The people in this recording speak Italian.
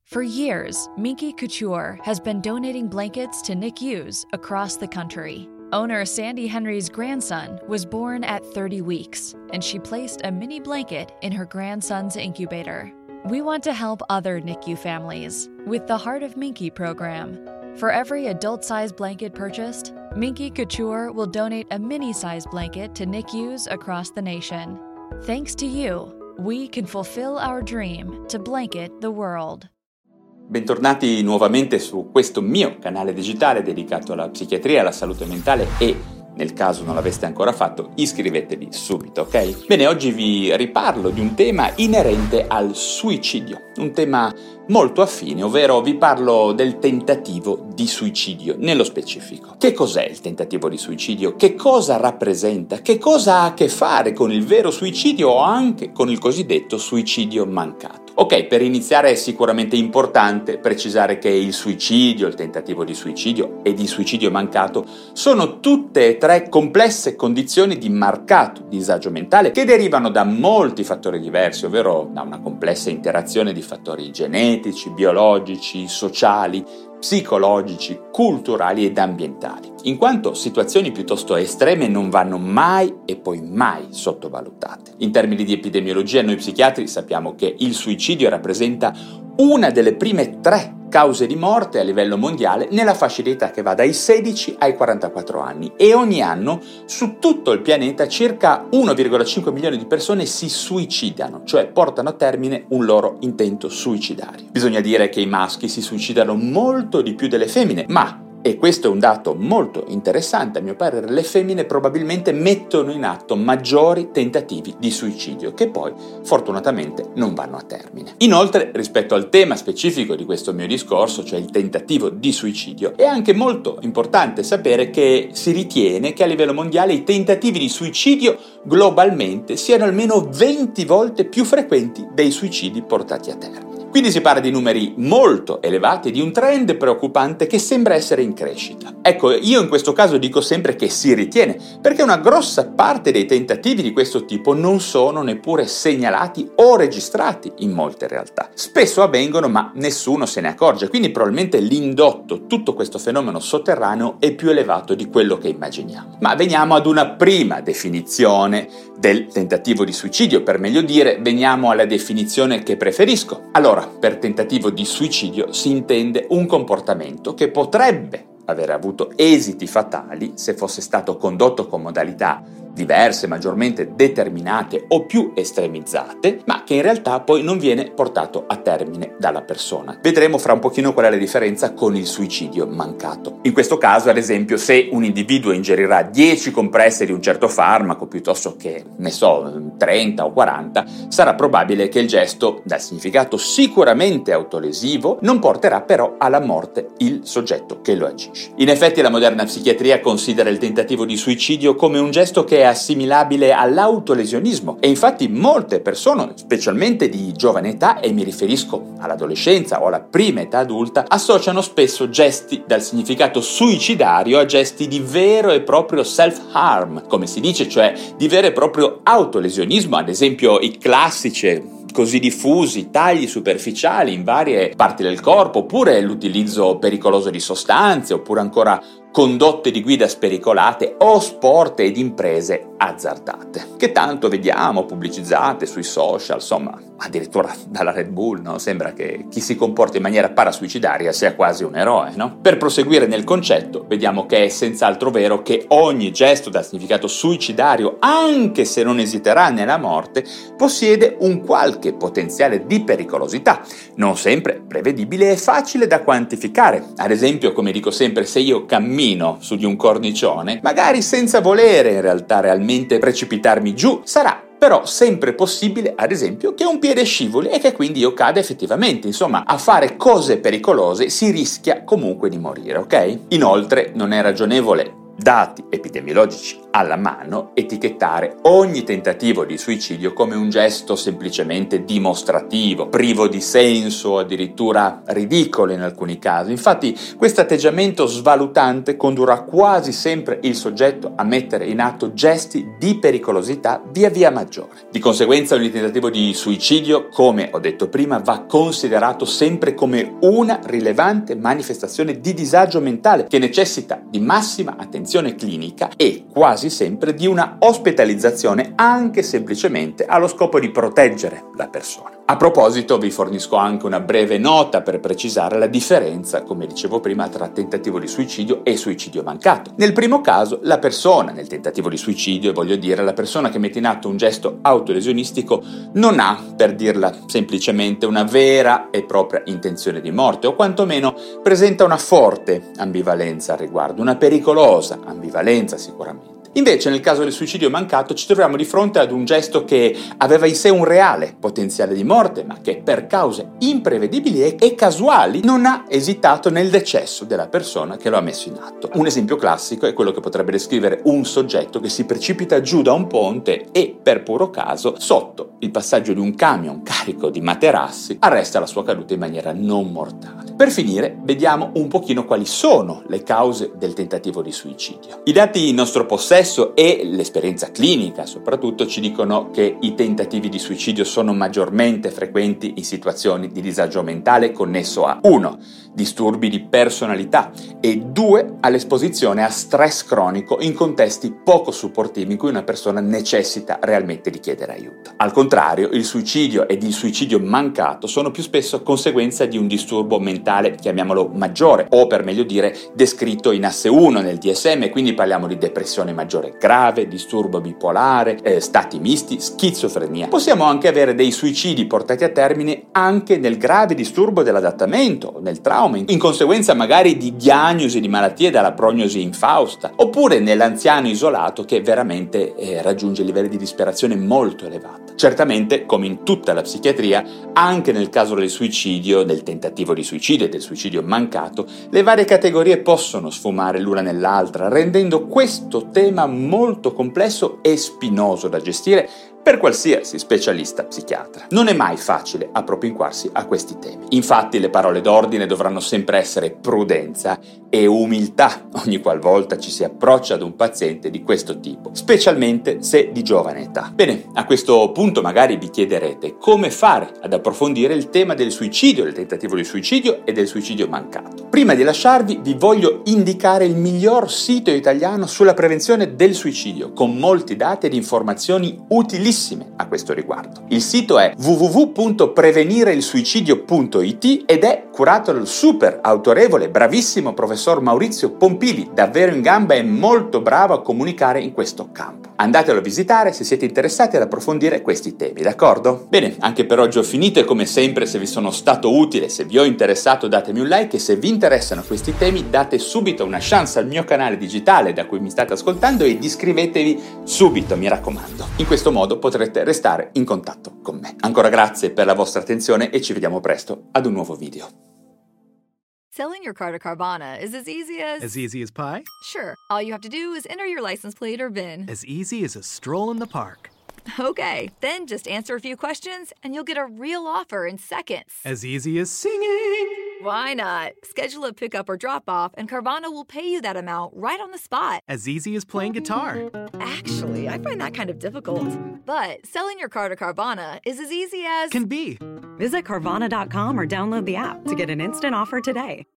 For years, Minky Couture has been donating blankets to NICUs across the country. Owner Sandy Henry's grandson was born at 30 weeks, and she placed a mini blanket in her grandson's incubator. We want to help other NICU families with the Heart of Minky program. For every adult-sized blanket purchased, Minky Couture will donate a mini-sized blanket to NICUs across the nation. Thanks to you, we can fulfill our dream to blanket the world. Bentornati nuovamente su questo mio canale digitale dedicato alla psichiatria e alla salute mentale e, nel caso non l'aveste ancora fatto, iscrivetevi subito, ok? Bene, oggi vi riparlo di un tema inerente al suicidio, un tema molto affine, ovvero vi parlo del tentativo di suicidio nello specifico. Che cos'è il tentativo di suicidio? Che cosa rappresenta? Che cosa ha a che fare con il vero suicidio o anche con il cosiddetto suicidio mancato? Ok, per iniziare è sicuramente importante precisare che il suicidio, il tentativo di suicidio e di suicidio mancato sono tutte e tre complesse condizioni di marcato disagio mentale che derivano da molti fattori diversi, ovvero da una complessa interazione di fattori genetici, biologici, sociali, psicologici, culturali ed ambientali, in quanto situazioni piuttosto estreme non vanno mai e poi mai sottovalutate. In termini di epidemiologia, noi psichiatri sappiamo che il suicidio rappresenta una delle prime 3 cause di morte a livello mondiale nella fascia di età che va dai 16 ai 44 anni e ogni anno su tutto il pianeta circa 1,5 milioni di persone si suicidano, cioè portano a termine un loro intento suicidario. Bisogna dire che i maschi si suicidano molto di più delle femmine, ma e questo è un dato molto interessante, a mio parere, le femmine probabilmente mettono in atto maggiori tentativi di suicidio, che poi fortunatamente non vanno a termine. Inoltre, rispetto al tema specifico di questo mio discorso, cioè il tentativo di suicidio, è anche molto importante sapere che si ritiene che a livello mondiale i tentativi di suicidio globalmente siano almeno 20 volte più frequenti dei suicidi portati a termine. Quindi si parla di numeri molto elevati e di un trend preoccupante che sembra essere in crescita. Ecco, io in questo caso dico sempre che si ritiene, perché una grossa parte dei tentativi di questo tipo non sono neppure segnalati o registrati in molte realtà. Spesso avvengono, ma nessuno se ne accorge, quindi probabilmente l'indotto, tutto questo fenomeno sotterraneo, è più elevato di quello che immaginiamo. Ma veniamo ad una prima definizione del tentativo di suicidio, per meglio dire, veniamo alla definizione che preferisco. Allora, per tentativo di suicidio si intende un comportamento che potrebbe aver avuto esiti fatali se fosse stato condotto con modalità diverse, maggiormente determinate o più estremizzate, ma che in realtà poi non viene portato a termine dalla persona. Vedremo fra un pochino qual è la differenza con il suicidio mancato. In questo caso, ad esempio, se un individuo ingerirà 10 compresse di un certo farmaco piuttosto che, 30 o 40, sarà probabile che il gesto, dal significato sicuramente autolesivo, non porterà però alla morte il soggetto che lo agisce. In effetti la moderna psichiatria considera il tentativo di suicidio come un gesto che è assimilabile all'autolesionismo e infatti molte persone, specialmente di giovane età, e mi riferisco all'adolescenza o alla prima età adulta, associano spesso gesti dal significato suicidario a gesti di vero e proprio self-harm, come si dice, cioè di vero e proprio autolesionismo, ad esempio i classici così diffusi tagli superficiali in varie parti del corpo, oppure l'utilizzo pericoloso di sostanze, oppure ancora condotte di guida spericolate o sport ed imprese azzardate, che tanto vediamo pubblicizzate sui social, insomma, addirittura dalla Red Bull, no? Sembra che chi si comporta in maniera parasuicidaria sia quasi un eroe, no? Per proseguire nel concetto, vediamo che è senz'altro vero che ogni gesto dal significato suicidario, anche se non esiterà nella morte, possiede un qualche potenziale di pericolosità, non sempre prevedibile e facile da quantificare. Ad esempio, come dico sempre, se io cammino su di un cornicione, magari senza volere in realtà realmente precipitarmi giù, sarà però sempre possibile, ad esempio, che un piede scivoli e che quindi io cada effettivamente. Insomma, a fare cose pericolose si rischia comunque di morire, ok? Inoltre, non è ragionevole dati epidemiologici alla mano, etichettare ogni tentativo di suicidio come un gesto semplicemente dimostrativo, privo di senso, addirittura ridicolo in alcuni casi. Infatti, questo atteggiamento svalutante condurrà quasi sempre il soggetto a mettere in atto gesti di pericolosità via via maggiore. Di conseguenza, ogni tentativo di suicidio, come ho detto prima, va considerato sempre come una rilevante manifestazione di disagio mentale che necessita di massima attenzione clinica e quasi sempre di una ospitalizzazione anche semplicemente allo scopo di proteggere la persona. A proposito, vi fornisco anche una breve nota per precisare la differenza, come dicevo prima, tra tentativo di suicidio e suicidio mancato. Nel primo caso, la persona, nel tentativo di suicidio, voglio dire la persona che mette in atto un gesto autolesionistico, non ha, per dirla semplicemente, una vera e propria intenzione di morte, o quantomeno presenta una forte ambivalenza al riguardo, una pericolosa ambivalenza sicuramente. Invece, nel caso del suicidio mancato, ci troviamo di fronte ad un gesto che aveva in sé un reale potenziale di morte, ma che per cause imprevedibili e casuali non ha esitato nel decesso della persona che lo ha messo in atto. Un esempio classico è quello che potrebbe descrivere un soggetto che si precipita giù da un ponte e, per puro caso, sotto il passaggio di un camion carico di materassi, arresta la sua caduta in maniera non mortale. Per finire, vediamo un pochino quali sono le cause del tentativo di suicidio. I dati in nostro possesso e l'esperienza clinica soprattutto ci dicono che i tentativi di suicidio sono maggiormente frequenti in situazioni di disagio mentale connesso a 1. disturbi di personalità e 2. all'esposizione a stress cronico in contesti poco supportivi in cui una persona necessita realmente di chiedere aiuto. Al contrario, il suicidio ed il suicidio mancato sono più spesso conseguenza di un disturbo mentale, chiamiamolo maggiore, o per meglio dire descritto in asse 1 nel DSM, quindi parliamo di depressione maggiore grave, disturbo bipolare, stati misti, schizofrenia. Possiamo anche avere dei suicidi portati a termine anche nel grave disturbo dell'adattamento, nel trauma, in conseguenza magari di diagnosi di malattie dalla prognosi infausta, oppure nell'anziano isolato che veramente raggiunge livelli di disperazione molto elevati. Certamente, come in tutta la psichiatria, anche nel caso del suicidio, del tentativo di suicidio e del suicidio mancato, le varie categorie possono sfumare l'una nell'altra, rendendo questo tema molto complesso e spinoso da gestire per qualsiasi specialista psichiatra. Non è mai facile appropinquarsi a questi temi. Infatti le parole d'ordine dovranno sempre essere prudenza e umiltà ogni qualvolta ci si approccia ad un paziente di questo tipo, specialmente se di giovane età. Bene, a questo punto magari vi chiederete come fare ad approfondire il tema del suicidio, del tentativo di suicidio e del suicidio mancato. Prima di lasciarvi vi voglio indicare il miglior sito italiano sulla prevenzione del suicidio, con molti dati ed informazioni utilissime a questo riguardo. Il sito è www.prevenireilsuicidio.it ed è curato dal super autorevole, bravissimo professor Maurizio Pompili, davvero in gamba e molto bravo a comunicare in questo campo. Andatelo a visitare se siete interessati ad approfondire questi temi, d'accordo? Bene, anche per oggi ho finito e come sempre, se vi sono stato utile, se vi ho interessato, datemi un like e se vi interessano questi temi date subito una chance al mio canale digitale da cui mi state ascoltando ed iscrivetevi subito, mi raccomando. In questo modo potrete restare in contatto con me. Ancora grazie per la vostra attenzione e ci vediamo presto ad un nuovo video. Selling your car to Carvana is as easy as... As easy as pie? Sure. All you have to do is enter your license plate or VIN. As easy as a stroll in the park. Okay, then just answer a few questions and you'll get a real offer in seconds. As easy as singing. Why not? Schedule a pickup or drop-off and Carvana will pay you that amount right on the spot. As easy as playing guitar. Actually, I find that kind of difficult. But selling your car to Carvana is as easy as... Can be. Visit Carvana.com or download the app to get an instant offer today.